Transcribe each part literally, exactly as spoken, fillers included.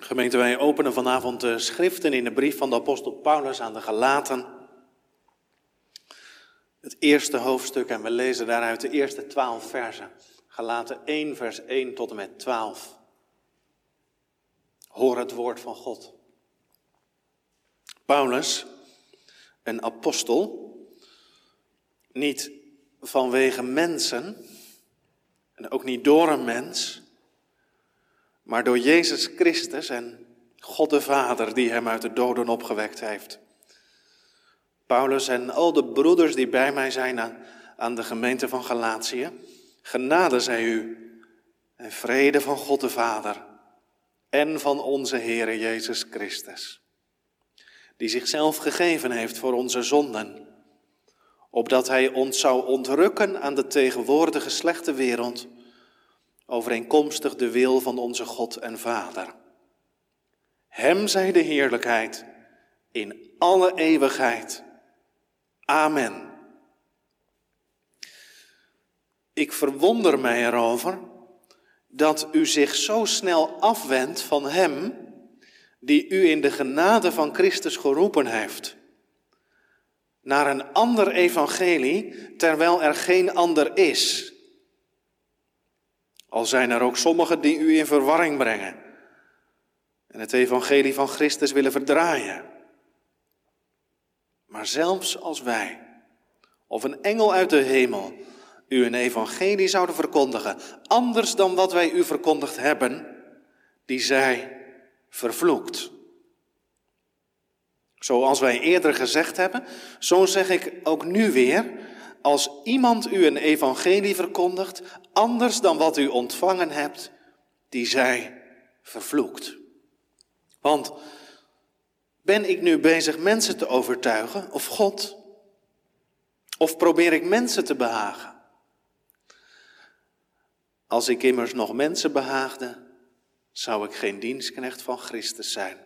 Gemeente, wij openen vanavond de schriften in de brief van de apostel Paulus aan de Galaten. Het eerste hoofdstuk en we lezen daaruit de eerste twaalf versen. Galaten één vers één tot en met twaalf. Hoor het woord van God. Paulus, een apostel, niet vanwege mensen en ook niet door een mens, maar door Jezus Christus en God de Vader die hem uit de doden opgewekt heeft. Paulus en al de broeders die bij mij zijn aan, aan de gemeente van Galatië, genade zij u en vrede van God de Vader en van onze Heere Jezus Christus, die zichzelf gegeven heeft voor onze zonden, opdat hij ons zou ontrukken aan de tegenwoordige slechte wereld, overeenkomstig de wil van onze God en Vader. Hem zij de heerlijkheid in alle eeuwigheid. Amen. Ik verwonder mij erover dat u zich zo snel afwendt van hem die u in de genade van Christus geroepen heeft, naar een ander evangelie, terwijl er geen ander is. Al zijn er ook sommigen die u in verwarring brengen en het evangelie van Christus willen verdraaien. Maar zelfs als wij, of een engel uit de hemel, u een evangelie zouden verkondigen, anders dan wat wij u verkondigd hebben, die zij vervloekt. Zoals wij eerder gezegd hebben, zo zeg ik ook nu weer, als iemand u een evangelie verkondigt, anders dan wat u ontvangen hebt, die zij vervloekt. Want ben ik nu bezig mensen te overtuigen, of God? Of probeer ik mensen te behagen? Als ik immers nog mensen behaagde, zou ik geen dienstknecht van Christus zijn.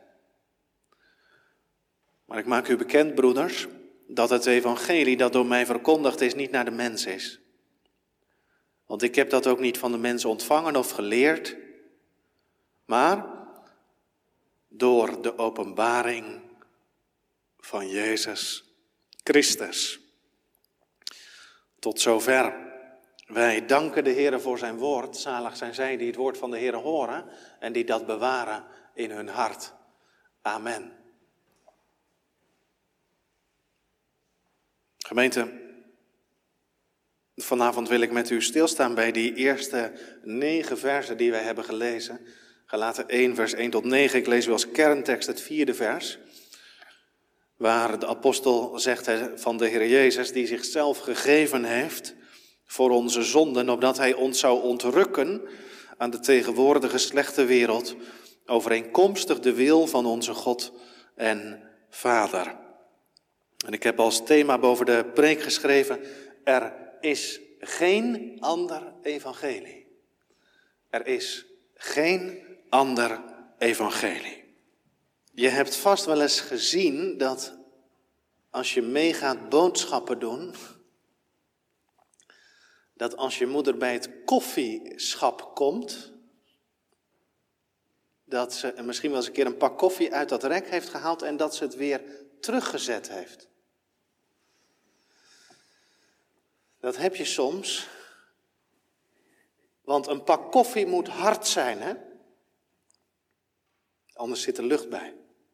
Maar ik maak u bekend, broeders, dat het evangelie dat door mij verkondigd is, niet naar de mens is. Want ik heb dat ook niet van de mens ontvangen of geleerd, maar door de openbaring van Jezus Christus. Tot zover. Wij danken de Heere voor zijn woord. Zalig zijn zij die het woord van de Heere horen en die dat bewaren in hun hart. Amen. Gemeente, vanavond wil ik met u stilstaan bij die eerste negen versen die wij hebben gelezen. Galaten één vers één tot negen. Ik lees u als kerntekst het vierde vers. Waar de apostel zegt van de Heer Jezus die zichzelf gegeven heeft voor onze zonden, opdat hij ons zou ontrukken aan de tegenwoordige slechte wereld, overeenkomstig de wil van onze God en Vader. En ik heb als thema boven de preek geschreven, er is geen ander evangelie. Er is geen ander evangelie. Je hebt vast wel eens gezien dat als je meegaat boodschappen doen, dat als je moeder bij het koffieschap komt, dat ze misschien wel eens een keer een pak koffie uit dat rek heeft gehaald en dat ze het weer teruggezet heeft. Dat heb je soms, want een pak koffie moet hard zijn, hè? Anders zit er lucht bij.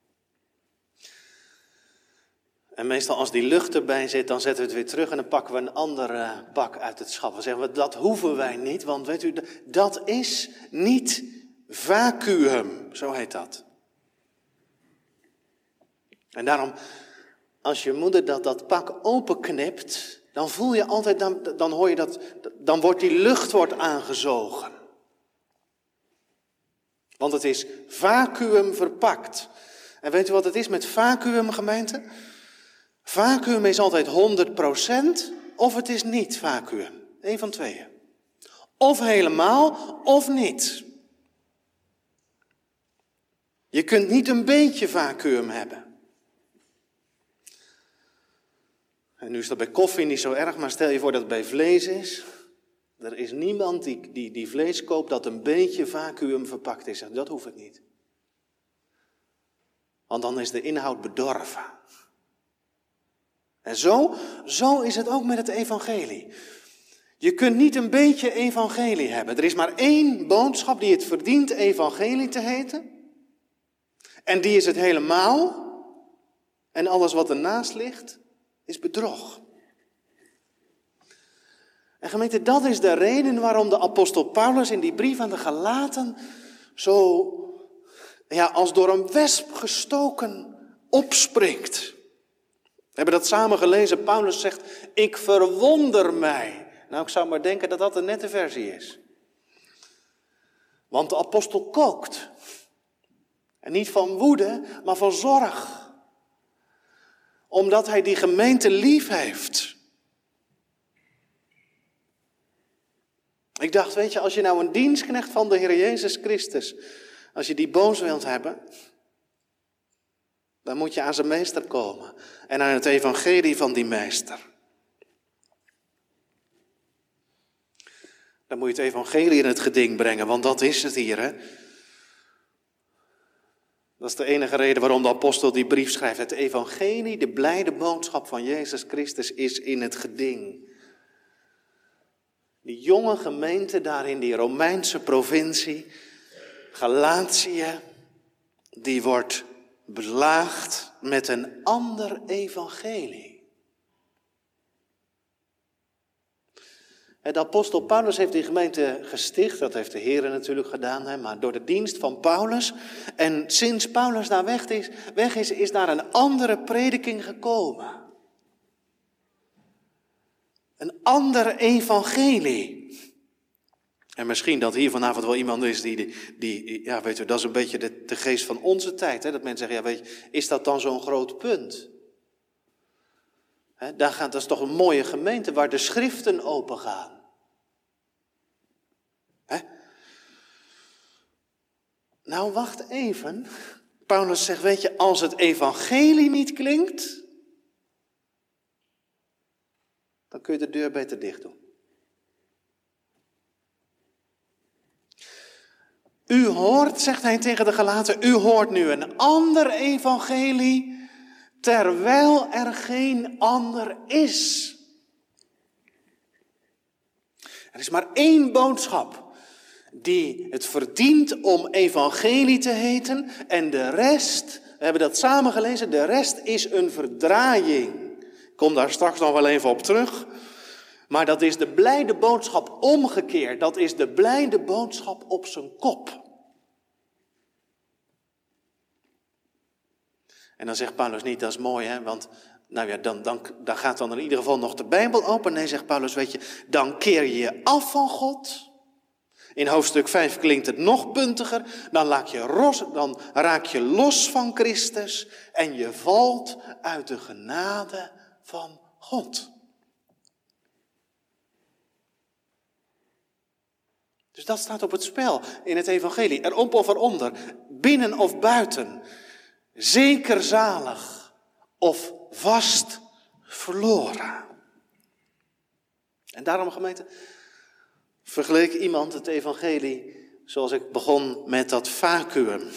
En meestal als die lucht erbij zit, dan zetten we het weer terug en dan pakken we een ander uh, pak uit het schap. Dan zeggen we, dat hoeven wij niet, want weet u, dat is niet vacuüm, zo heet dat. En daarom, als je moeder dat, dat pak openknipt, dan voel je altijd, dan, dan hoor je dat, dan wordt die lucht wordt aangezogen. Want het is vacuüm verpakt. En weet u wat het is met vacuüm, gemeente? Vacuüm is altijd honderd procent of het is niet vacuüm. Eén van tweeën. Of helemaal of niet. Je kunt niet een beetje vacuüm hebben. En nu is dat bij koffie niet zo erg, maar stel je voor dat het bij vlees is. Er is niemand die, die, die vlees koopt dat een beetje vacuüm verpakt is. Dat hoef ik niet. Want dan is de inhoud bedorven. En zo, zo is het ook met het evangelie. Je kunt niet een beetje evangelie hebben. Er is maar één boodschap die het verdient evangelie te heten. En die is het helemaal. En alles wat ernaast ligt, is bedrog. En gemeente, dat is de reden waarom de apostel Paulus in die brief aan de Galaten zo, ja, als door een wesp gestoken opspringt. We hebben dat samen gelezen. Paulus zegt, ik verwonder mij. Nou, ik zou maar denken dat dat een nette versie is. Want de apostel kookt. En niet van woede, maar van zorg. Omdat hij die gemeente lief heeft. Ik dacht, weet je, als je nou een dienstknecht van de Heer Jezus Christus, als je die boos wilt hebben, dan moet je aan zijn meester komen. En aan het evangelie van die meester. Dan moet je het evangelie in het geding brengen, want dat is het hier, hè. Dat is de enige reden waarom de apostel die brief schrijft. Het evangelie, de blijde boodschap van Jezus Christus, is in het geding. Die jonge gemeente daar in die Romeinse provincie, Galatië, die wordt belaagd met een ander evangelie. De apostel Paulus heeft die gemeente gesticht, dat heeft de Heer natuurlijk gedaan, hè, maar door de dienst van Paulus. En sinds Paulus daar weg is, weg is, is daar een andere prediking gekomen. Een ander evangelie. En misschien dat hier vanavond wel iemand is die, die, die ja weet u, dat is een beetje de, de geest van onze tijd. Hè? Dat mensen zeggen, ja weet je, is dat dan zo'n groot punt? Hè, daar gaat, dat is toch een mooie gemeente waar de schriften open gaan. Hè? Nou, wacht even. Paulus zegt, weet je, als het evangelie niet klinkt, dan kun je de deur beter dicht doen. U hoort, zegt hij tegen de Galaten, u hoort nu een ander evangelie, terwijl er geen ander is. Er is maar één boodschap die het verdient om evangelie te heten. En de rest, we hebben dat samen gelezen, de rest is een verdraaiing. Ik kom daar straks nog wel even op terug. Maar dat is de blijde boodschap omgekeerd. Dat is de blijde boodschap op zijn kop. En dan zegt Paulus niet, dat is mooi hè, want nou ja, dan, dan, dan gaat dan in ieder geval nog de Bijbel open. Nee, zegt Paulus, weet je, dan keer je je af van God. In hoofdstuk vijf klinkt het nog puntiger. Dan, laat je ros, dan raak je los van Christus en je valt uit de genade van God. Dus dat staat op het spel in het evangelie. Erop of eronder, binnen of buiten, zeker zalig of vast verloren. En daarom, gemeente, vergeleek iemand het evangelie zoals ik begon met dat vacuüm.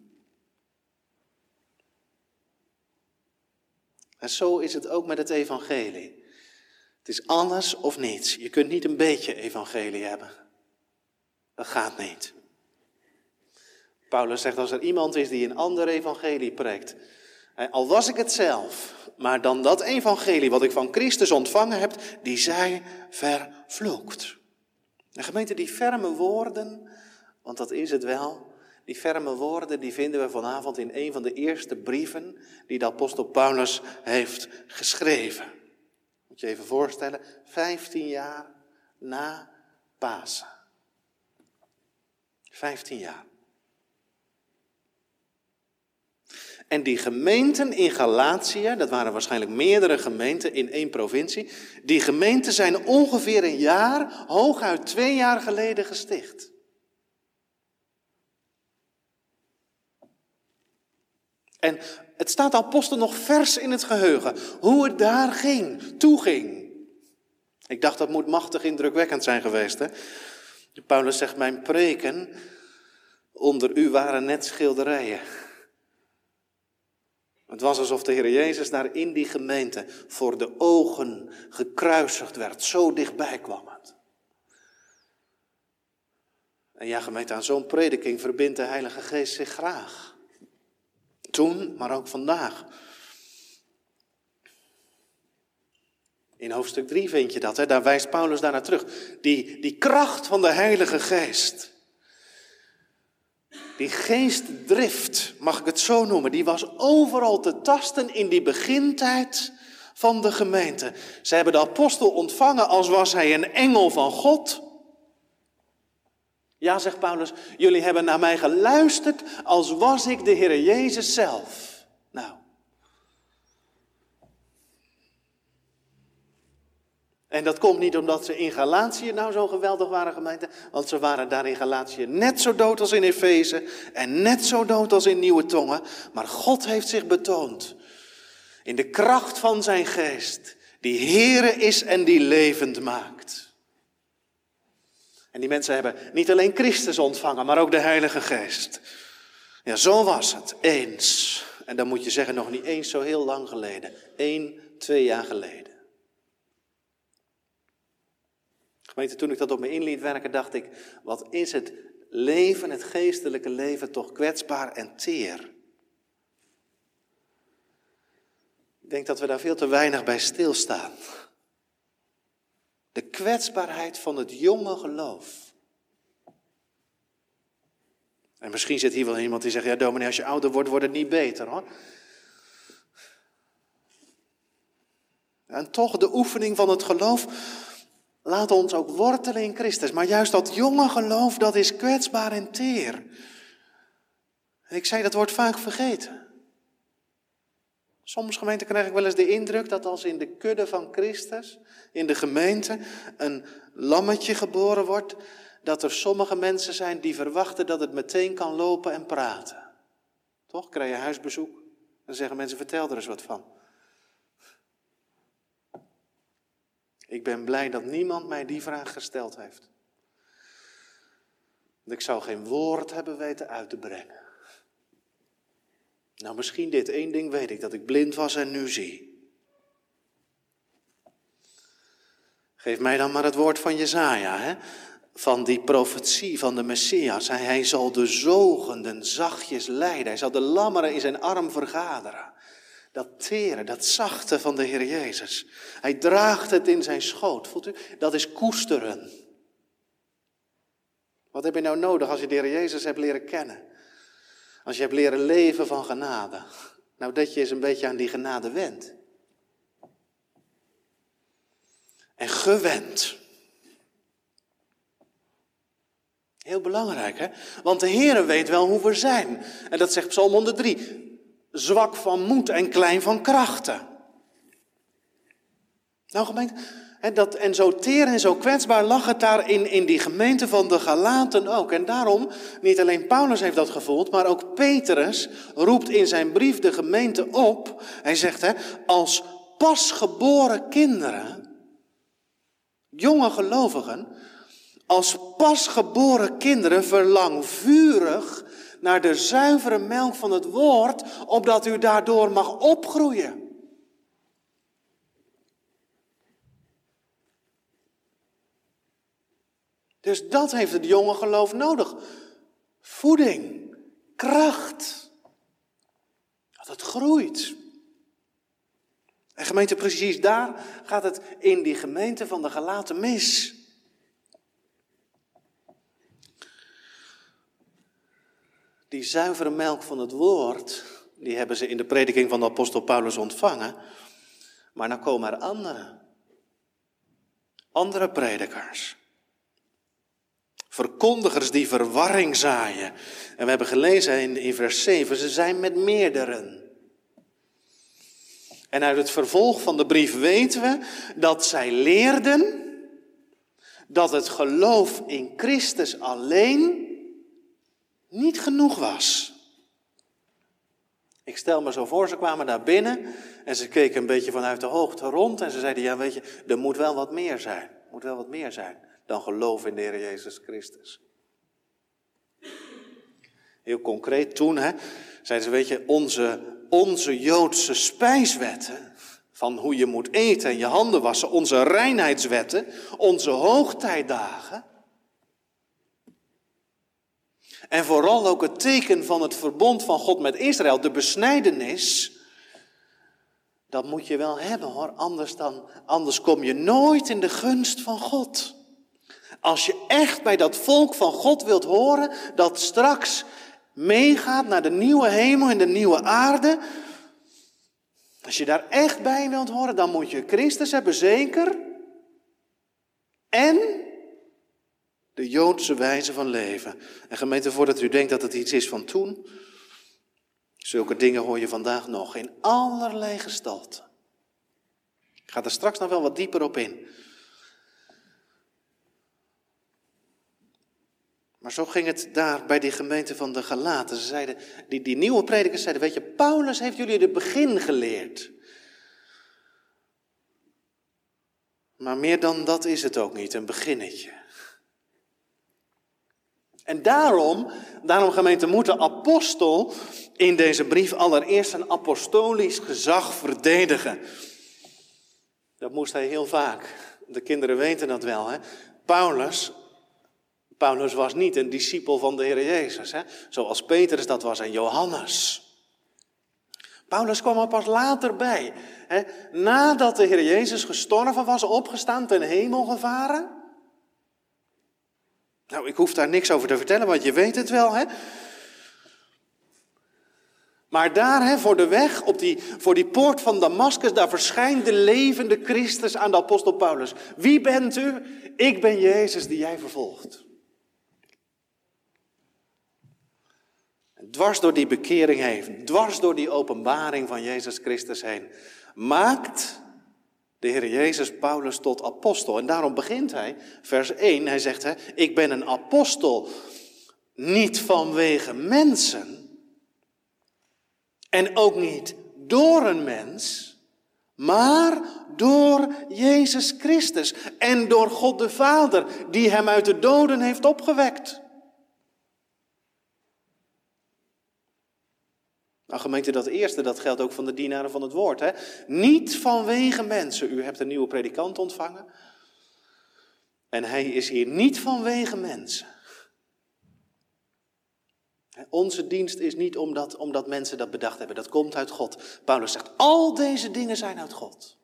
En zo is het ook met het evangelie. Het is alles of niets. Je kunt niet een beetje evangelie hebben. Dat gaat niet. Paulus zegt, als er iemand is die een ander evangelie preekt, al was ik het zelf, maar dan dat evangelie wat ik van Christus ontvangen heb, die zij vervloekt. En gemeente, die ferme woorden, want dat is het wel, die ferme woorden die vinden we vanavond in een van de eerste brieven die de apostel Paulus heeft geschreven. Moet je even voorstellen, vijftien jaar na Pasen. Vijftien jaar. En die gemeenten in Galatië, dat waren waarschijnlijk meerdere gemeenten in één provincie, die gemeenten zijn ongeveer een jaar, hooguit twee jaar geleden gesticht. En het staat de apostel nog vers in het geheugen, hoe het daar ging, toeging. Ik dacht dat moet machtig indrukwekkend zijn geweest, hè? Paulus zegt, mijn preken onder u waren net schilderijen. Het was alsof de Heer Jezus daar in die gemeente voor de ogen gekruisigd werd. Zo dichtbij kwam het. En ja, gemeente, aan zo'n prediking verbindt de Heilige Geest zich graag. Toen, maar ook vandaag. In hoofdstuk drie vind je dat, hè? Daar wijst Paulus daarnaar terug. Die, die kracht van de Heilige Geest. Die geestdrift, mag ik het zo noemen, die was overal te tasten in die begintijd van de gemeente. Ze hebben de apostel ontvangen als was hij een engel van God. Ja, zegt Paulus, jullie hebben naar mij geluisterd als was ik de Heer Jezus zelf. Nou. En dat komt niet omdat ze in Galatië nou zo geweldig waren, gemeente. Want ze waren daar in Galatië net zo dood als in Efeze. En net zo dood als in Nieuwe Tongen. Maar God heeft zich betoond. In de kracht van zijn geest. Die Heere is en die levend maakt. En die mensen hebben niet alleen Christus ontvangen, maar ook de Heilige Geest. Ja, zo was het. Eens. En dan moet je zeggen, nog niet eens zo heel lang geleden. Eén, twee jaar geleden. Gemeente, toen ik dat op me in liet werken, dacht ik, wat is het leven, het geestelijke leven, toch kwetsbaar en teer. Ik denk dat we daar veel te weinig bij stilstaan. De kwetsbaarheid van het jonge geloof. En misschien zit hier wel iemand die zegt, ja dominee, als je ouder wordt, wordt het niet beter hoor. En toch de oefening van het geloof. Laat ons ook wortelen in Christus. Maar juist dat jonge geloof, dat is kwetsbaar en teer. En ik zei, dat wordt vaak vergeten. Soms, gemeente, krijg ik wel eens de indruk dat als in de kudde van Christus, in de gemeente, een lammetje geboren wordt, dat er sommige mensen zijn die verwachten dat het meteen kan lopen en praten. Toch? Krijg je huisbezoek? Dan zeggen mensen, vertel er eens wat van. Ik ben blij dat niemand mij die vraag gesteld heeft. Want ik zou geen woord hebben weten uit te brengen. Nou, misschien dit één ding weet ik, dat ik blind was en nu zie. Geef mij dan maar het woord van Jesaja, hè? Van die profetie van de Messias. Hij, hij zal de zogenden zachtjes leiden. Hij zal de lammeren in zijn arm vergaderen. Dat tere, dat zachte van de Heer Jezus. Hij draagt het in zijn schoot. Voelt u? Dat is koesteren. Wat heb je nou nodig als je de Heer Jezus hebt leren kennen? Als je hebt leren leven van genade. Nou, dat je eens een beetje aan die genade wendt. En gewend. Heel belangrijk, hè? Want de Heer weet wel hoe we zijn. En dat zegt Psalm honderddrie. Zwak van moed en klein van krachten. Nou gemeente, dat, en zo teer en zo kwetsbaar lag het daar in, in die gemeente van de Galaten ook. En daarom, niet alleen Paulus heeft dat gevoeld, maar ook Petrus roept in zijn brief de gemeente op. Hij zegt, hè, als pasgeboren kinderen, jonge gelovigen, als pasgeboren kinderen verlang vurig naar de zuivere melk van het woord, opdat u daardoor mag opgroeien. Dus dat heeft het jonge geloof nodig. Voeding, kracht. Dat het groeit. En gemeente, precies daar gaat het in die gemeente van de Galaten mis. Die zuivere melk van het woord, die hebben ze in de prediking van de apostel Paulus ontvangen. Maar dan komen er anderen. Andere predikers. Verkondigers die verwarring zaaien. En we hebben gelezen in, in vers zeven, ze zijn met meerderen. En uit het vervolg van de brief weten we dat zij leerden dat het geloof in Christus alleen niet genoeg was. Ik stel me zo voor, ze kwamen daar binnen en ze keken een beetje vanuit de hoogte rond en ze zeiden, ja weet je, er moet wel wat meer zijn. Er moet wel wat meer zijn dan geloof in de Heer Jezus Christus. Heel concreet toen, hè, zeiden ze, weet je, onze, onze Joodse spijswetten, van hoe je moet eten en je handen wassen, onze reinheidswetten, onze hoogtijdagen. En vooral ook het teken van het verbond van God met Israël, de besnijdenis. Dat moet je wel hebben hoor, anders, dan, anders kom je nooit in de gunst van God. Als je echt bij dat volk van God wilt horen, dat straks meegaat naar de nieuwe hemel en de nieuwe aarde. Als je daar echt bij wilt horen, dan moet je Christus hebben, zeker. En de Joodse wijze van leven. En gemeente, voordat u denkt dat het iets is van toen, zulke dingen hoor je vandaag nog in allerlei gestalten. Ik ga er straks nog wel wat dieper op in. Maar zo ging het daar bij die gemeente van de Galaten. Ze zeiden, die, die nieuwe predikers zeiden, weet je, Paulus heeft jullie het begin geleerd. Maar meer dan dat is het ook niet, een beginnetje. En daarom, daarom gemeente, moet de apostel in deze brief allereerst zijn apostolisch gezag verdedigen. Dat moest hij heel vaak. De kinderen weten dat wel, hè. Paulus... Paulus was niet een discipel van de Heer Jezus, hè? Zoals Petrus dat was en Johannes. Paulus kwam er pas later bij. Hè? Nadat de Heer Jezus gestorven was, opgestaan, ten hemel gevaren. Nou, ik hoef daar niks over te vertellen, want je weet het wel, hè. Maar daar, hè, voor de weg, op die, voor die poort van Damascus, daar verschijnt de levende Christus aan de apostel Paulus. Wie bent u? Ik ben Jezus die jij vervolgt. Dwars door die bekering heen, dwars door die openbaring van Jezus Christus heen, maakt de Heer Jezus Paulus tot apostel. En daarom begint hij, vers één, hij zegt, hè, ik ben een apostel, niet vanwege mensen, en ook niet door een mens, maar door Jezus Christus en door God de Vader, die hem uit de doden heeft opgewekt. Nou gemeente, dat eerste, dat geldt ook van de dienaren van het woord. Hè? Niet vanwege mensen. U hebt een nieuwe predikant ontvangen. En hij is hier niet vanwege mensen. Onze dienst is niet omdat, omdat mensen dat bedacht hebben. Dat komt uit God. Paulus zegt, al deze dingen zijn uit God.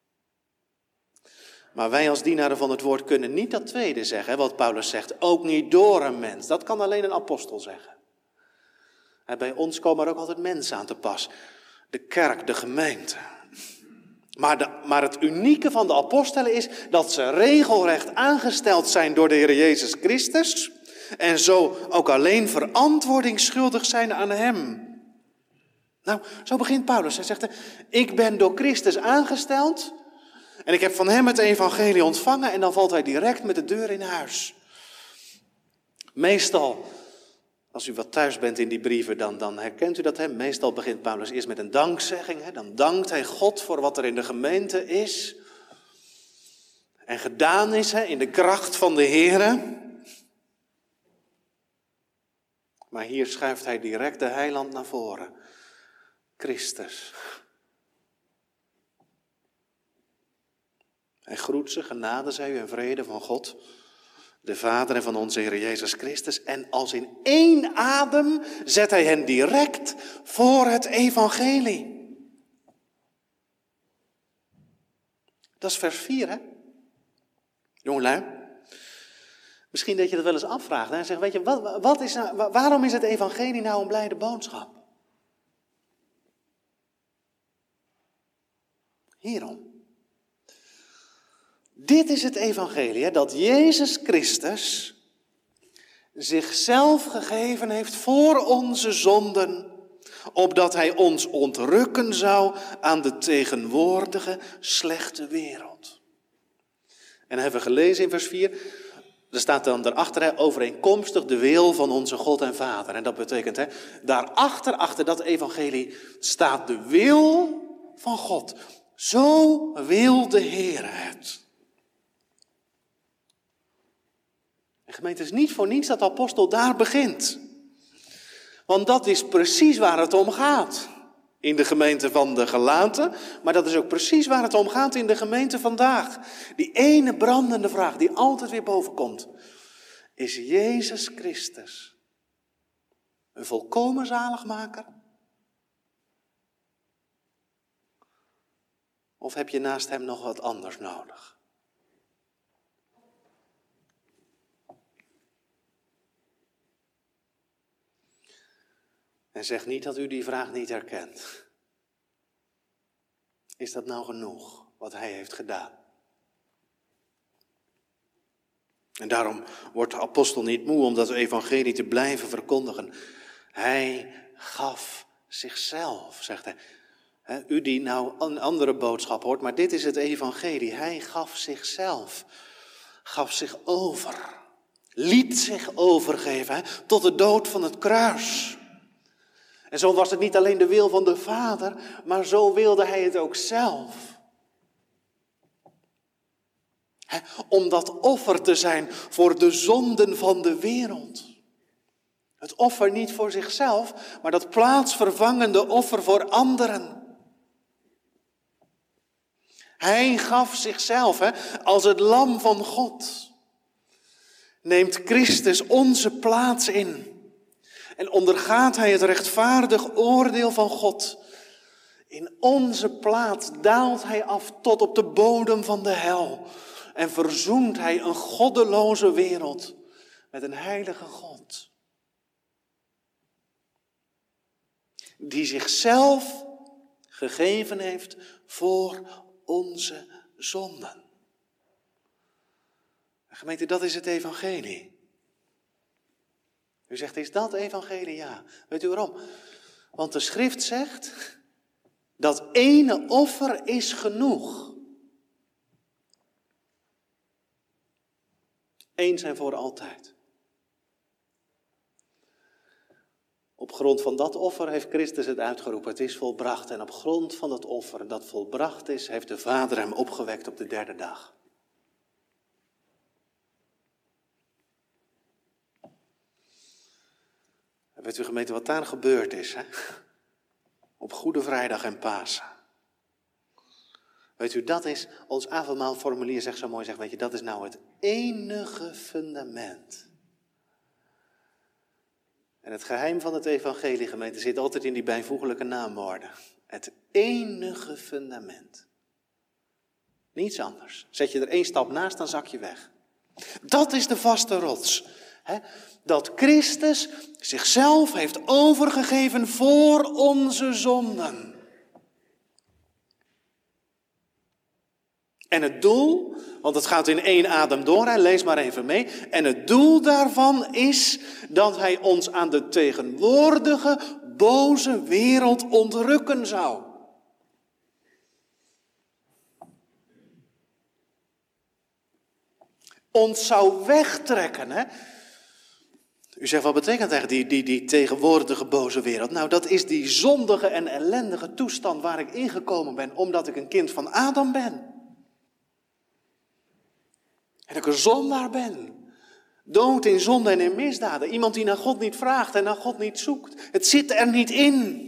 Maar wij als dienaren van het woord kunnen niet dat tweede zeggen. Wat Paulus zegt, ook niet door een mens. Dat kan alleen een apostel zeggen. En bij ons komen er ook altijd mensen aan te pas. De kerk, de gemeente. Maar, de, maar het unieke van de apostelen is dat ze regelrecht aangesteld zijn door de Heer Jezus Christus. En zo ook alleen verantwoording schuldig zijn aan hem. Nou, zo begint Paulus. Hij zegt, ik ben door Christus aangesteld. En ik heb van hem het evangelie ontvangen. En dan valt hij direct met de deur in huis. Meestal... Als u wat thuis bent in die brieven, dan, dan herkent u dat. Hè? Meestal begint Paulus eerst met een dankzegging. Hè? Dan dankt hij God voor wat er in de gemeente is. En gedaan is, hè? In de kracht van de Here. Maar hier schuift hij direct de heiland naar voren. Christus. Hij groet ze, genade zij u en vrede van God, de Vader en van onze Heer Jezus Christus. En als in één adem zet hij hen direct voor het evangelie. Dat is vers vier, hè? Jongelui, misschien dat je dat wel eens afvraagt. En zegt, weet je, wat, wat is nou, waarom is het evangelie nou een blijde boodschap? Hierom. Dit is het evangelie, hè, dat Jezus Christus zichzelf gegeven heeft voor onze zonden, opdat hij ons ontrukken zou aan de tegenwoordige slechte wereld. En dan hebben we gelezen in vers vier, er staat dan daarachter, hè, overeenkomstig de wil van onze God en Vader. En dat betekent, hè, daarachter, achter dat evangelie, staat de wil van God. Zo wil de Heer het. En gemeente, het is niet voor niets dat de apostel daar begint. Want dat is precies waar het om gaat. In de gemeente van de Galaten, maar dat is ook precies waar het om gaat in de gemeente vandaag. Die ene brandende vraag die altijd weer bovenkomt. Is Jezus Christus een volkomen zaligmaker? Of heb je naast hem nog wat anders nodig? En zeg niet dat u die vraag niet herkent. Is dat nou genoeg, wat hij heeft gedaan? En daarom wordt de apostel niet moe om dat evangelie te blijven verkondigen. Hij gaf zichzelf, zegt hij. He, u die nou een andere boodschap hoort, maar dit is het evangelie. Hij gaf zichzelf, gaf zich over, liet zich overgeven he, tot de dood van het kruis. En zo was het niet alleen de wil van de Vader, maar zo wilde hij het ook zelf. He, om dat offer te zijn voor de zonden van de wereld. Het offer niet voor zichzelf, maar dat plaatsvervangende offer voor anderen. Hij gaf zichzelf he, als het lam van God. Neemt Christus onze plaats in. En ondergaat hij het rechtvaardig oordeel van God. In onze plaats daalt hij af tot op de bodem van de hel. En verzoent hij een goddeloze wereld met een heilige God. Die zichzelf gegeven heeft voor onze zonden. Gemeente, dat is het evangelie. U zegt, is dat evangelie? Ja. Weet u waarom? Want de schrift zegt, dat ene offer is genoeg. Eens en voor altijd. Op grond van dat offer heeft Christus het uitgeroepen. Het is volbracht. En op grond van dat offer dat volbracht is, heeft de Vader hem opgewekt op de derde dag. Weet u gemeente wat daar gebeurd is, hè? Op Goede Vrijdag en Pasen. Weet u, dat is, ons avondmaalformulier zegt zo mooi, zegt, weet je, dat is nou het enige fundament. En het geheim van het evangelie, gemeente, zit altijd in die bijvoeglijke naamwoorden. Het enige fundament. Niets anders. Zet je er één stap naast, dan zak je weg. Dat is de vaste rots. Hè? Dat Christus zichzelf heeft overgegeven voor onze zonden. En het doel, want het gaat in één adem door, hè? Lees maar even mee. En het doel daarvan is dat hij ons aan de tegenwoordige boze wereld ontrukken zou. Ons zou wegtrekken, hè? U zegt, wat betekent eigenlijk die, die, die tegenwoordige boze wereld? Nou, dat is die zondige en ellendige toestand waar ik ingekomen ben, omdat ik een kind van Adam ben. En dat ik een zondaar ben. Dood in zonde en in misdaden. Iemand die naar God niet vraagt en naar God niet zoekt. Het zit er niet in.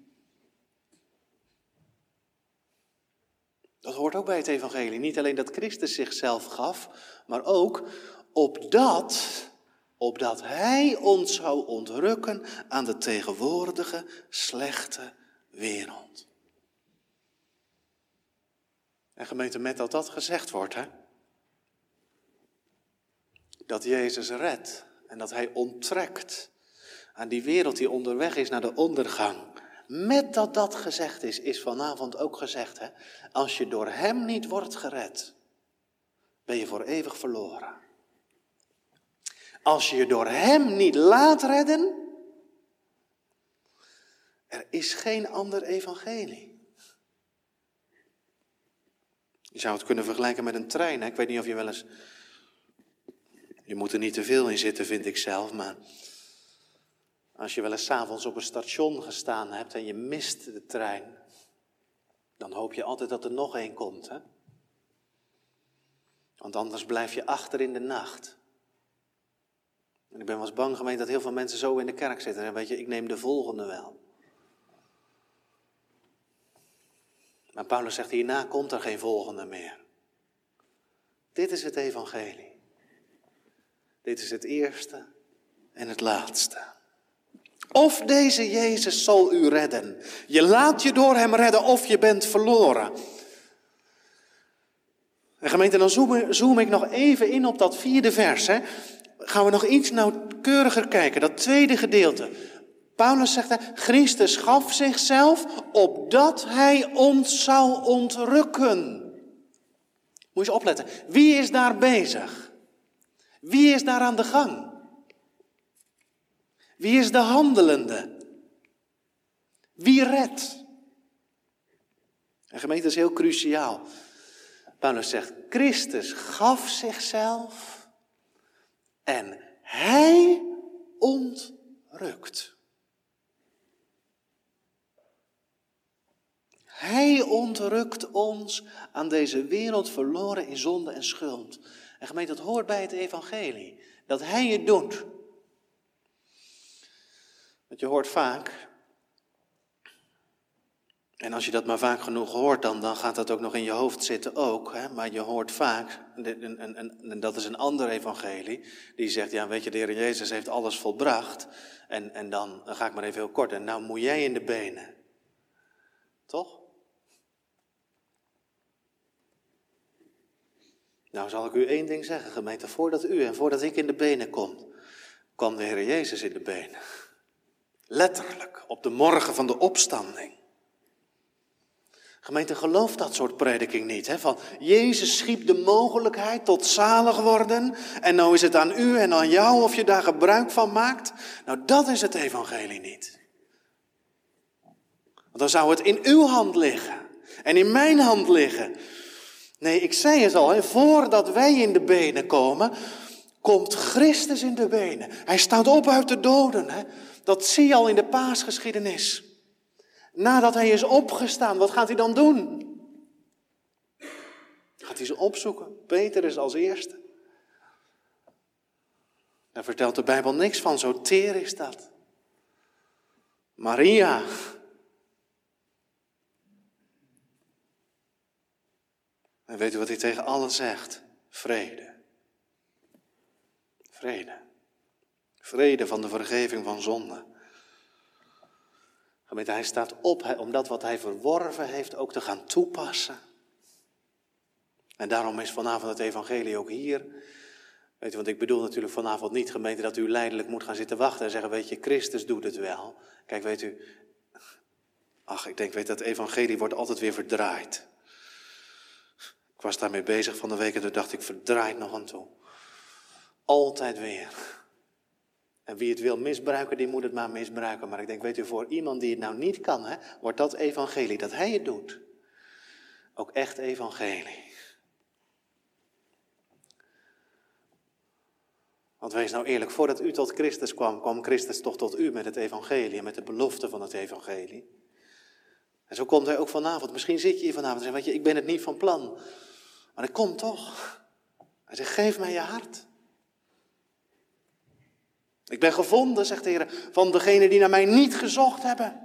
Dat hoort ook bij het evangelie. Niet alleen dat Christus zichzelf gaf, maar ook opdat, opdat hij ons zou ontrukken aan de tegenwoordige slechte wereld. En gemeente, met dat dat gezegd wordt, hè, dat Jezus redt en dat hij onttrekt aan die wereld die onderweg is naar de ondergang. Met dat dat gezegd is, is vanavond ook gezegd, hè, als je door hem niet wordt gered, ben je voor eeuwig verloren. Als je je door hem niet laat redden, er is geen ander evangelie. Je zou het kunnen vergelijken met een trein. Hè? Ik weet niet of je wel eens... Je moet er niet te veel in zitten, vind ik zelf, maar... Als je wel eens 's avonds op een station gestaan hebt en je mist de trein, dan hoop je altijd dat er nog één komt, hè? Want anders blijf je achter in de nacht. En ik ben wel eens bang, gemeente, dat heel veel mensen zo in de kerk zitten. En weet je, ik neem de volgende wel. Maar Paulus zegt, hierna komt er geen volgende meer. Dit is het evangelie. Dit is het eerste en het laatste. Of deze Jezus zal u redden. Je laat je door hem redden of je bent verloren. En gemeente, dan zoom, zoom ik nog even in op dat vierde vers. Hè. Gaan we nog iets nauwkeuriger kijken. Dat tweede gedeelte. Paulus zegt, hè, Christus gaf zichzelf opdat hij ons zou ontrukken. Moet je eens opletten. Wie is daar bezig? Wie is daar aan de gang? Wie is de handelende? Wie redt? En gemeente, dat is heel cruciaal. Paulus zegt, Christus gaf zichzelf en hij ontrukt. Hij ontrukt ons aan deze wereld verloren in zonde en schuld. En gemeente, dat hoort bij het evangelie. Dat hij het doet. Want je hoort vaak, en als je dat maar vaak genoeg hoort, dan, dan gaat dat ook nog in je hoofd zitten ook. Hè? Maar je hoort vaak, en, en, en, en dat is een ander evangelie, die zegt, ja weet je, de Heer Jezus heeft alles volbracht. En, en dan, dan ga ik maar even heel kort, en nou moet jij in de benen. Toch? Nou zal ik u één ding zeggen, gemeente, voordat u en voordat ik in de benen kom, kwam de Heer Jezus in de benen. Letterlijk, op de morgen van de opstanding. Gemeente, geloof dat soort prediking niet. Hè? Van Jezus schiep de mogelijkheid tot zalig worden. En nou is het aan u en aan jou of je daar gebruik van maakt. Nou, dat is het evangelie niet. Want dan zou het in uw hand liggen. En in mijn hand liggen. Nee, ik zei het al, hè, voordat wij in de benen komen, komt Christus in de benen. Hij staat op uit de doden. Hè. Dat zie je al in de paasgeschiedenis. Nadat hij is opgestaan, wat gaat hij dan doen? Gaat hij ze opzoeken? Petrus als eerste. Daar vertelt de Bijbel niks van, zo teer is dat. Maria. En weet u wat hij tegen allen zegt? Vrede. Vrede. Vrede van de vergeving van zonde. Gemeente, hij staat op om dat wat hij verworven heeft ook te gaan toepassen. En daarom is vanavond het evangelie ook hier. Weet u, want ik bedoel natuurlijk vanavond niet, gemeente, dat u lijdelijk moet gaan zitten wachten en zeggen, weet je, Christus doet het wel. Kijk, weet u, ach, ik denk, weet dat het evangelie wordt altijd weer verdraaid. Ik was daarmee bezig van de week en toen dacht ik, verdraait nog aan toe. Altijd weer. En wie het wil misbruiken, die moet het maar misbruiken. Maar ik denk, weet u, voor iemand die het nou niet kan, hè, wordt dat evangelie, dat hij het doet, ook echt evangelie. Want wees nou eerlijk, voordat u tot Christus kwam, kwam Christus toch tot u met het evangelie en met de belofte van het evangelie. En zo komt hij ook vanavond. Misschien zit je hier vanavond en zegt, weet je, ik ben het niet van plan. Maar ik kom toch. Hij zegt, geef mij je hart. Ik ben gevonden, zegt de Heer, van degenen die naar mij niet gezocht hebben.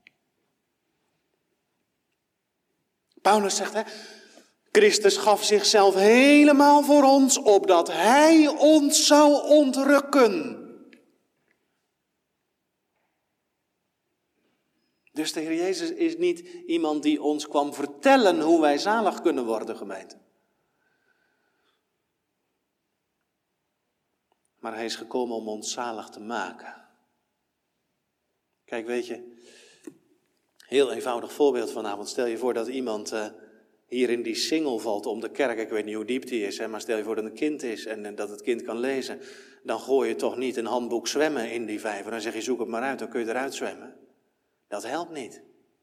Paulus zegt, hè, Christus gaf zichzelf helemaal voor ons, opdat hij ons zou ontrukken. Dus de Heer Jezus is niet iemand die ons kwam vertellen hoe wij zalig kunnen worden, gemeente. Maar hij is gekomen om ons zalig te maken. Kijk, weet je, heel eenvoudig voorbeeld vanavond. Stel je voor dat iemand uh, hier in die singel valt om de kerk. Ik weet niet hoe diep die is, hè, maar stel je voor dat een kind is en, en dat het kind kan lezen. Dan gooi je toch niet een handboek zwemmen in die vijver. Dan zeg je, zoek het maar uit, dan kun je eruit zwemmen. Dat helpt niet.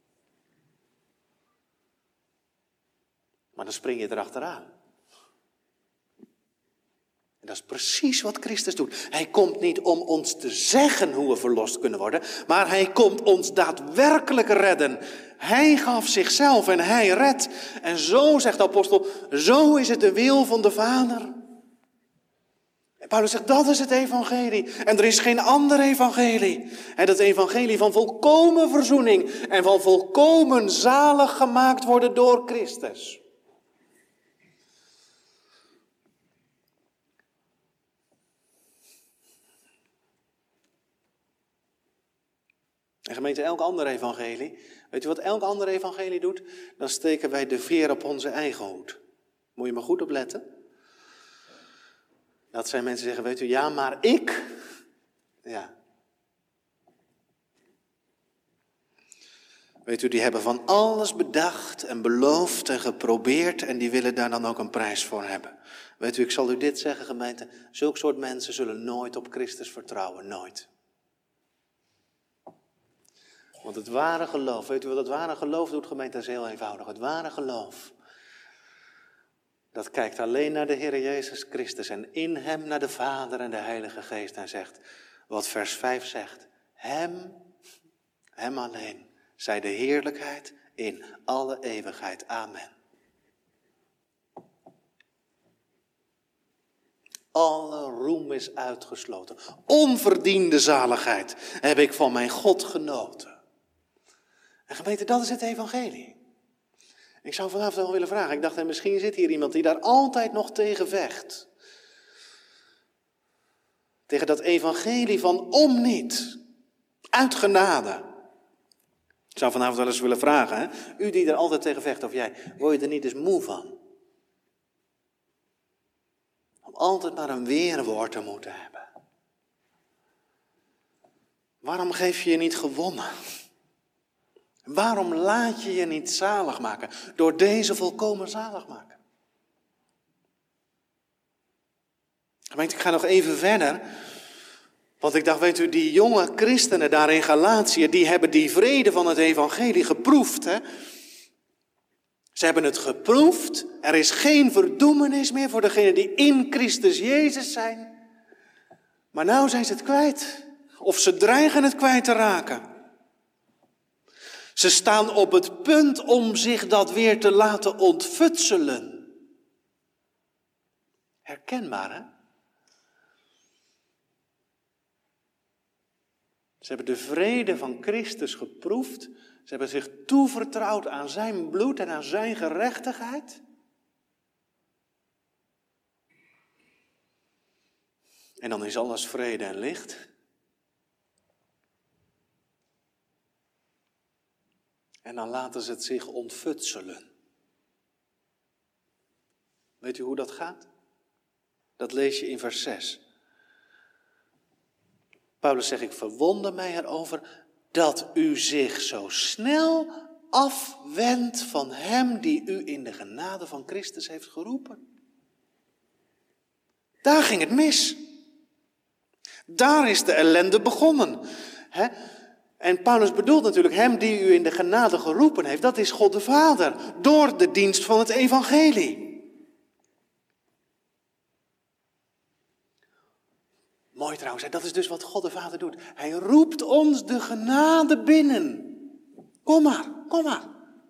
Maar dan spring je erachteraan. En dat is precies wat Christus doet. Hij komt niet om ons te zeggen hoe we verlost kunnen worden, maar hij komt ons daadwerkelijk redden. Hij gaf zichzelf en hij redt. En zo, zegt de apostel, zo is het de wil van de Vader. En Paulus zegt, dat is het evangelie. En er is geen ander evangelie. En dat evangelie van volkomen verzoening en van volkomen zalig gemaakt worden door Christus. En gemeente, elk ander evangelie, weet u wat elk ander evangelie doet? Dan steken wij de veer op onze eigen hoed. Moet je maar goed opletten. Dat zijn mensen zeggen, weet u, ja, maar ik. Ja. Weet u, die hebben van alles bedacht en beloofd en geprobeerd en die willen daar dan ook een prijs voor hebben. Weet u, ik zal u dit zeggen, gemeente, zulke soort mensen zullen nooit op Christus vertrouwen, nooit. Want het ware geloof, weet u wat het ware geloof doet, gemeente, dat is heel eenvoudig. Het ware geloof, dat kijkt alleen naar de Heer Jezus Christus en in hem naar de Vader en de Heilige Geest en zegt, wat vers vijf zegt, hem, hem alleen, zij de heerlijkheid in alle eeuwigheid. Amen. Alle roem is uitgesloten. Onverdiende zaligheid heb ik van mijn God genoten. En gemeente, dat is het evangelie. Ik zou vanavond wel willen vragen, ik dacht, en misschien zit hier iemand die daar altijd nog tegen vecht. Tegen dat evangelie van om niet, uit genade. Ik zou vanavond wel eens willen vragen, hè? U die er altijd tegen vecht, of jij, word je er niet eens moe van? Om altijd maar een weerwoord te moeten hebben. Waarom geef je je niet gewonnen? Waarom laat je je niet zalig maken door deze volkomen zalig maken? Gemeente, ik ga nog even verder. Want ik dacht, weet u, die jonge christenen daar in Galatië, die hebben die vrede van het evangelie geproefd. Hè? Ze hebben het geproefd. Er is geen verdoemenis meer voor degenen die in Christus Jezus zijn. Maar nou zijn ze het kwijt. Of ze dreigen het kwijt te raken. Ze staan op het punt om zich dat weer te laten ontfutselen. Herkenbaar, hè? Ze hebben de vrede van Christus geproefd. Ze hebben zich toevertrouwd aan zijn bloed en aan zijn gerechtigheid. En dan is alles vrede en licht. En dan laten ze het zich ontfutselen. Weet u hoe dat gaat? Dat lees je in vers zes. Paulus zegt, ik verwonder mij erover dat u zich zo snel afwendt van hem die u in de genade van Christus heeft geroepen. Daar ging het mis. Daar is de ellende begonnen. He? En Paulus bedoelt natuurlijk hem die u in de genade geroepen heeft. Dat is God de Vader, door de dienst van het evangelie. Mooi trouwens, dat is dus wat God de Vader doet. Hij roept ons de genade binnen. Kom maar, kom maar.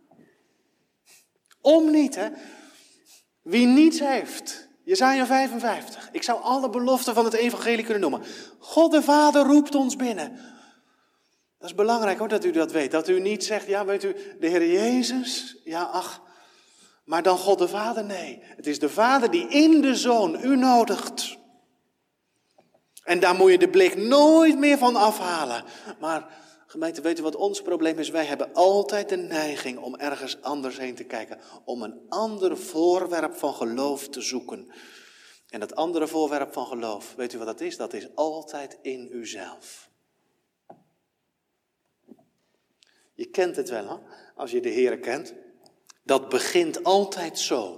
Om niet, hè. Wie niets heeft. Jesaja vijfenvijftig. Ik zou alle beloften van het evangelie kunnen noemen. God de Vader roept ons binnen. Dat is belangrijk hoor, dat u dat weet. Dat u niet zegt, ja weet u, de Heer Jezus, ja ach. Maar dan God de Vader, nee. Het is de Vader die in de Zoon u nodigt. En daar moet je de blik nooit meer van afhalen. Maar gemeente, weet u wat ons probleem is? Wij hebben altijd de neiging om ergens anders heen te kijken. Om een ander voorwerp van geloof te zoeken. En dat andere voorwerp van geloof, weet u wat dat is? Dat is altijd in uzelf. Je kent het wel, hè? Als je de Heere kent. Dat begint altijd zo.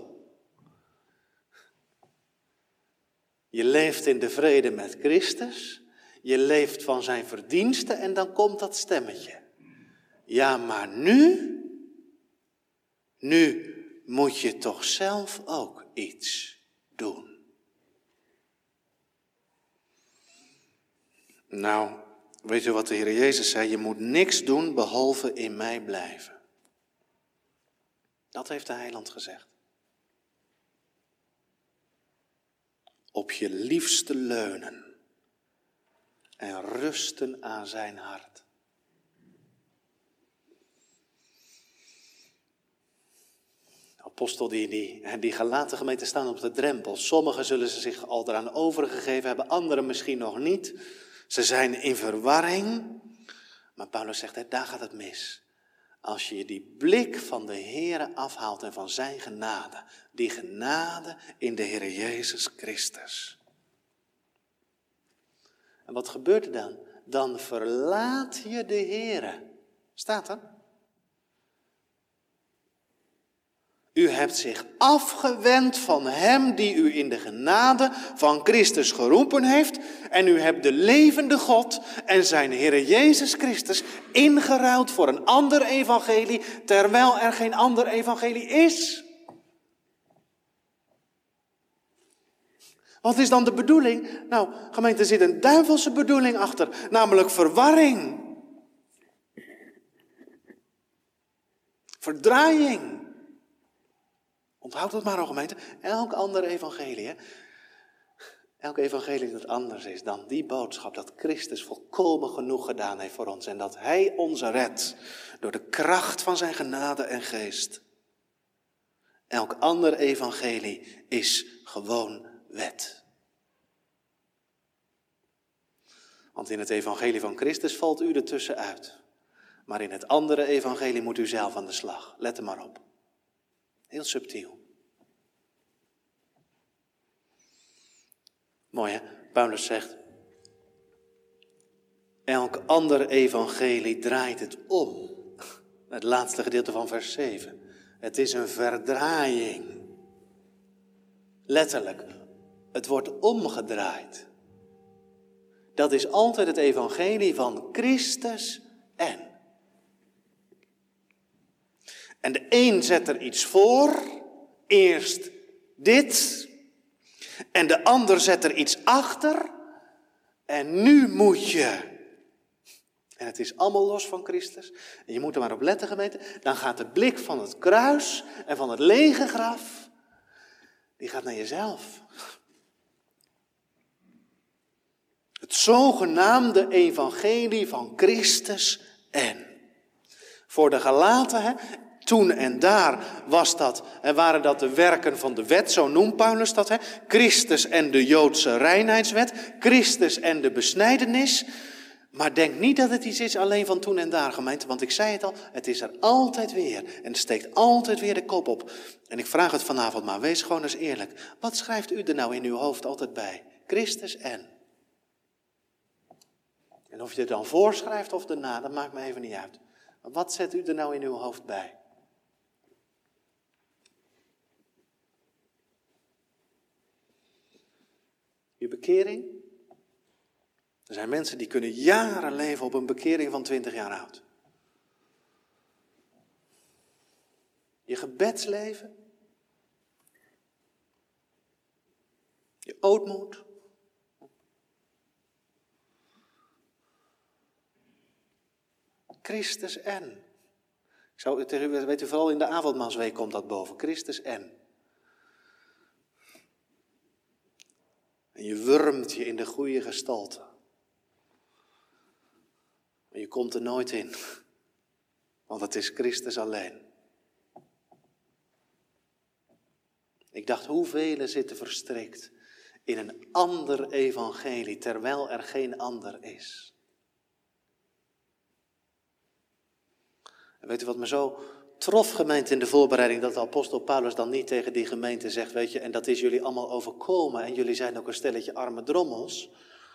Je leeft in de vrede met Christus. Je leeft van zijn verdiensten en dan komt dat stemmetje. Ja, maar nu, nu moet je toch zelf ook iets doen. Nou, weet u wat de Heer Jezus zei? Je moet niks doen behalve in mij blijven. Dat heeft de Heiland gezegd. op je liefste leunen en rusten aan zijn hart. De apostel die, die, die gelaten gemeente staan op de drempel. Sommigen zullen ze zich al eraan overgegeven hebben, anderen misschien nog niet. Ze zijn in verwarring. Maar Paulus zegt, hè, daar gaat het mis. Als je die blik van de Heere afhaalt en van zijn genade. Die genade in de Heer Jezus Christus. En wat gebeurt er dan? Dan verlaat je de Heere. Staat er? U hebt zich afgewend van hem die u in de genade van Christus geroepen heeft. En u hebt de levende God en zijn Heer Jezus Christus ingeruild voor een ander evangelie, terwijl er geen ander evangelie is. Wat is dan de bedoeling? Nou, gemeente, er zit een duivelse bedoeling achter, namelijk verwarring. Verdraaiing. Onthoud het maar, gemeente. Elk ander evangelie, hè? Elk evangelie dat anders is dan die boodschap dat Christus volkomen genoeg gedaan heeft voor ons. En dat hij ons redt door de kracht van zijn genade en geest. Elk ander evangelie is gewoon wet. Want in het evangelie van Christus valt u ertussen uit. Maar in het andere evangelie moet u zelf aan de slag. Let er maar op. Heel subtiel. Mooi hè? Paulus zegt, elk ander evangelie draait het om. Het laatste gedeelte van vers zeven. Het is een verdraaiing. Letterlijk, het wordt omgedraaid. Dat is altijd het evangelie van Christus en. En de een zet er iets voor, eerst dit, en de ander zet er iets achter, en nu moet je. En het is allemaal los van Christus. En je moet er maar op letten, gemeente. Dan gaat de blik van het kruis en van het lege graf, die gaat naar jezelf. Het zogenaamde evangelie van Christus en. Voor de Galaten, hè, toen en daar was dat, en waren dat de werken van de wet, zo noemt Paulus dat. Hè, Christus en de Joodse reinheidswet, Christus en de besnijdenis. Maar denk niet dat het iets is alleen van toen en daar, gemeente. Want ik zei het al, het is er altijd weer. En het steekt altijd weer de kop op. En ik vraag het vanavond maar, wees gewoon eens eerlijk. Wat schrijft u er nou in uw hoofd altijd bij? Christus en. En of je het dan voorschrijft of daarna, dat maakt me even niet uit. Maar wat zet u er nou in uw hoofd bij? Je bekering? Er zijn mensen die kunnen jaren leven op een bekering van twintig jaar oud. Je gebedsleven? Je ootmoed? Christus en. Ik zou tegen u, weet u, vooral in de avondmaalsweek komt dat boven. Christus en. En je wurmt je in de goede gestalte. Maar je komt er nooit in. Want het is Christus alleen. Ik dacht, hoeveel zitten verstrikt in een ander evangelie, terwijl er geen ander is. En weet u wat me zo trof, gemeente, in de voorbereiding, dat de apostel Paulus dan niet tegen die gemeente zegt, weet je, en dat is jullie allemaal overkomen en jullie zijn ook een stelletje arme drommels.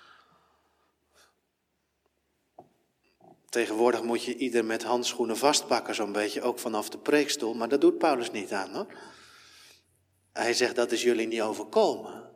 Tegenwoordig moet je ieder met handschoenen vastpakken, zo'n beetje, ook vanaf de preekstoel, maar dat doet Paulus niet aan, hoor. Hij zegt, dat is jullie niet overkomen.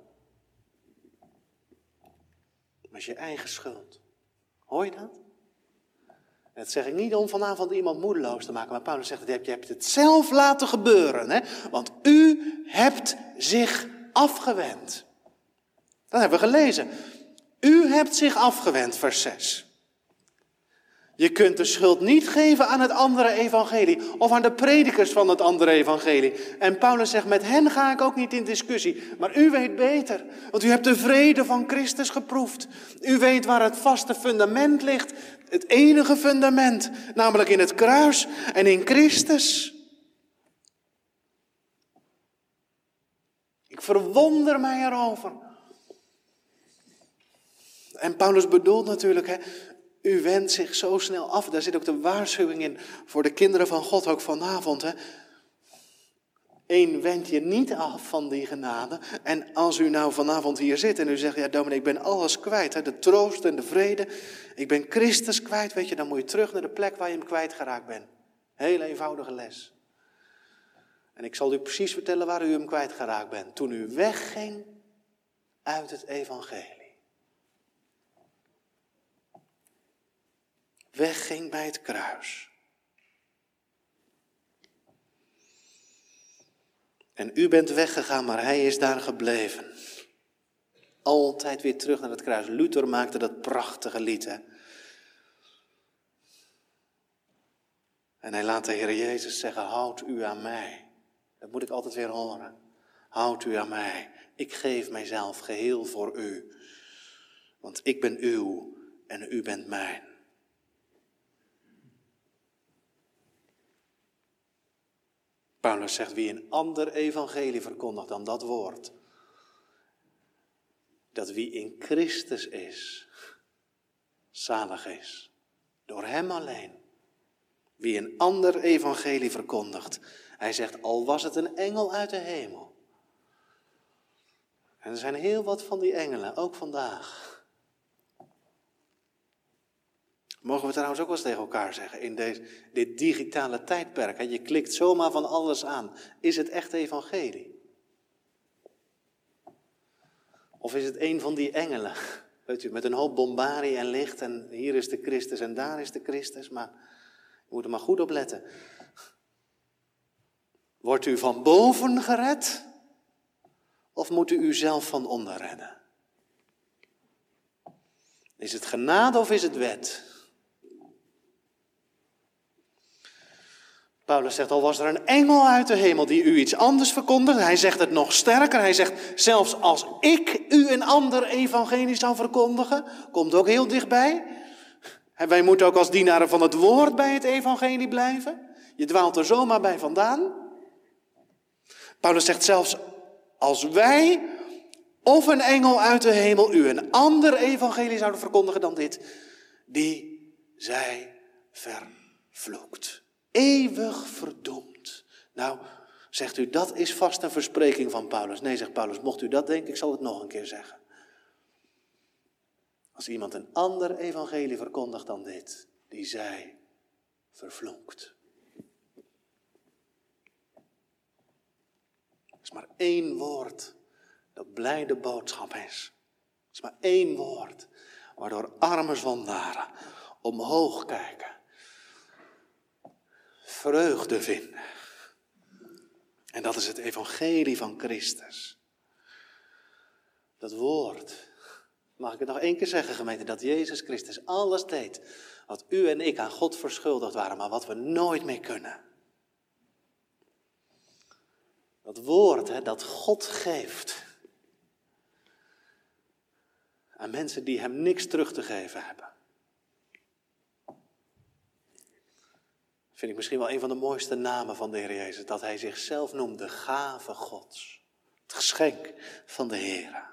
Dat is je eigen schuld. Hoor je dat? En dat zeg ik niet om vanavond iemand moedeloos te maken, maar Paulus zegt, je hebt het zelf laten gebeuren, hè? Want u hebt zich afgewend. Dat hebben we gelezen. U hebt zich afgewend, vers zes. Je kunt de schuld niet geven aan het andere evangelie of aan de predikers van het andere evangelie. En Paulus zegt, met hen ga ik ook niet in discussie. Maar u weet beter, want u hebt de vrede van Christus geproefd. U weet waar het vaste fundament ligt, het enige fundament, namelijk in het kruis en in Christus. Ik verwonder mij erover. En Paulus bedoelt natuurlijk, hè, u wendt zich zo snel af. Daar zit ook de waarschuwing in voor de kinderen van God, ook vanavond. Hè. Eén, wend je niet af van die genade. En als u nou vanavond hier zit en u zegt, ja dominee, ik ben alles kwijt. Hè, de troost en de vrede. Ik ben Christus kwijt, weet je, dan moet je terug naar de plek waar je hem kwijtgeraakt bent. Heel eenvoudige les. En ik zal u precies vertellen waar u hem kwijtgeraakt bent. Toen u wegging uit het evangelie. Wegging bij het kruis. En u bent weggegaan, maar hij is daar gebleven. Altijd weer terug naar het kruis. Luther maakte dat prachtige lied, hè. En hij laat de Heer Jezus zeggen, houd u aan mij. Dat moet ik altijd weer horen. Houd u aan mij. Ik geef mijzelf geheel voor u. Want ik ben uw en u bent mijn. Paulus zegt, wie een ander evangelie verkondigt dan dat woord. Dat wie in Christus is, zalig is. Door hem alleen. Wie een ander evangelie verkondigt. Hij zegt, al was het een engel uit de hemel. En er zijn heel wat van die engelen, ook vandaag. Mogen we trouwens ook wel eens tegen elkaar zeggen, in deze, dit digitale tijdperk. Hè, je klikt zomaar van alles aan. Is het echt evangelie? Of is het een van die engelen? Weet u, met een hoop bombarie en licht en hier is de Christus en daar is de Christus. Maar je moet er maar goed op letten. Wordt u van boven gered? Of moet u uzelf van onder redden? Is het genade of is het wet? Paulus zegt, al was er een engel uit de hemel die u iets anders verkondigt. Hij zegt het nog sterker. Hij zegt, zelfs als ik u een ander evangelie zou verkondigen, komt ook heel dichtbij. En wij moeten ook als dienaren van het woord bij het evangelie blijven. Je dwaalt er zomaar bij vandaan. Paulus zegt, zelfs als wij of een engel uit de hemel u een ander evangelie zouden verkondigen dan dit, die zij vervloekt. Eeuwig verdoemd. Nou, zegt u, dat is vast een verspreking van Paulus. Nee, zegt Paulus, mocht u dat denken, ik zal het nog een keer zeggen. Als iemand een ander evangelie verkondigt dan dit, die zij vervloekt. Er is maar één woord dat blijde boodschap is. Er is maar één woord waardoor arme zondaren omhoog kijken. Vreugde vinden. En dat is het evangelie van Christus. Dat woord, mag ik het nog één keer zeggen gemeente, dat Jezus Christus alles deed wat u en ik aan God verschuldigd waren, maar wat we nooit meer kunnen. Dat woord, hè, dat God geeft aan mensen die hem niks terug te geven hebben. Vind ik misschien wel een van de mooiste namen van de Heer Jezus. Dat hij zichzelf noemt de gave Gods. Het geschenk van de Heer.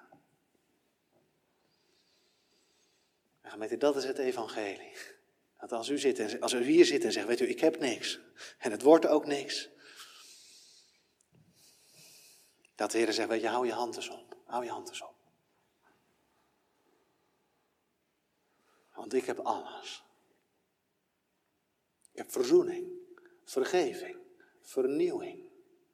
En gemeente, dat is het evangelie. Dat als u, zit en, als u hier zit en zegt, weet u, ik heb niks. En het wordt ook niks. Dat de Heer zegt, weet je, hou je hand eens op. Hou je hand eens op. Want ik heb alles. Ik heb verzoening, vergeving, vernieuwing.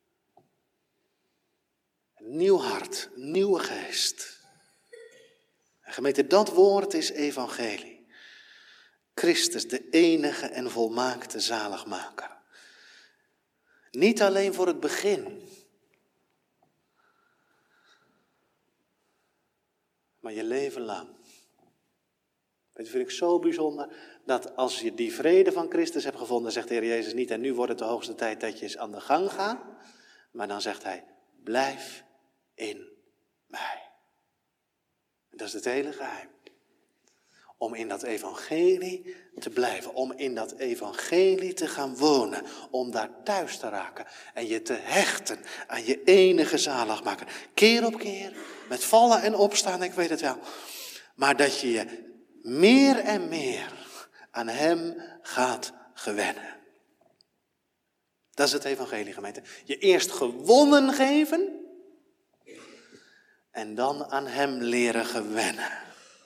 Een nieuw hart, een nieuwe geest. En gemeente, dat woord is evangelie. Christus, de enige en volmaakte zaligmaker. Niet alleen voor het begin. Maar je leven lang. Dat vind ik zo bijzonder, dat als je die vrede van Christus hebt gevonden, zegt de Heer Jezus niet, en nu wordt het de hoogste tijd dat je eens aan de gang gaat. Maar dan zegt hij, blijf in mij. Dat is het hele geheim. Om in dat evangelie te blijven, om in dat evangelie te gaan wonen, om daar thuis te raken en je te hechten aan je enige zaligmaker. Keer op keer, met vallen en opstaan, ik weet het wel. Maar dat je je meer en meer aan hem gaat gewennen. Dat is het evangelie, gemeente. Je eerst gewonnen geven en dan aan hem leren gewennen.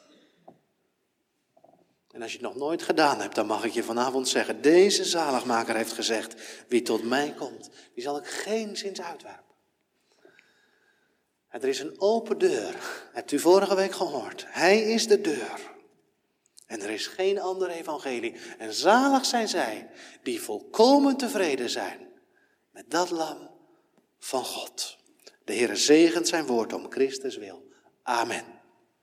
En als je het nog nooit gedaan hebt, dan mag ik je vanavond zeggen, deze zaligmaker heeft gezegd, wie tot mij komt, die zal ik geenszins uitwerpen. En er is een open deur, hebt u vorige week gehoord. Hij is de deur. En er is geen ander evangelie. En zalig zijn zij die volkomen tevreden zijn met dat lam van God. De Heere zegent zijn woord om Christus wil. Amen.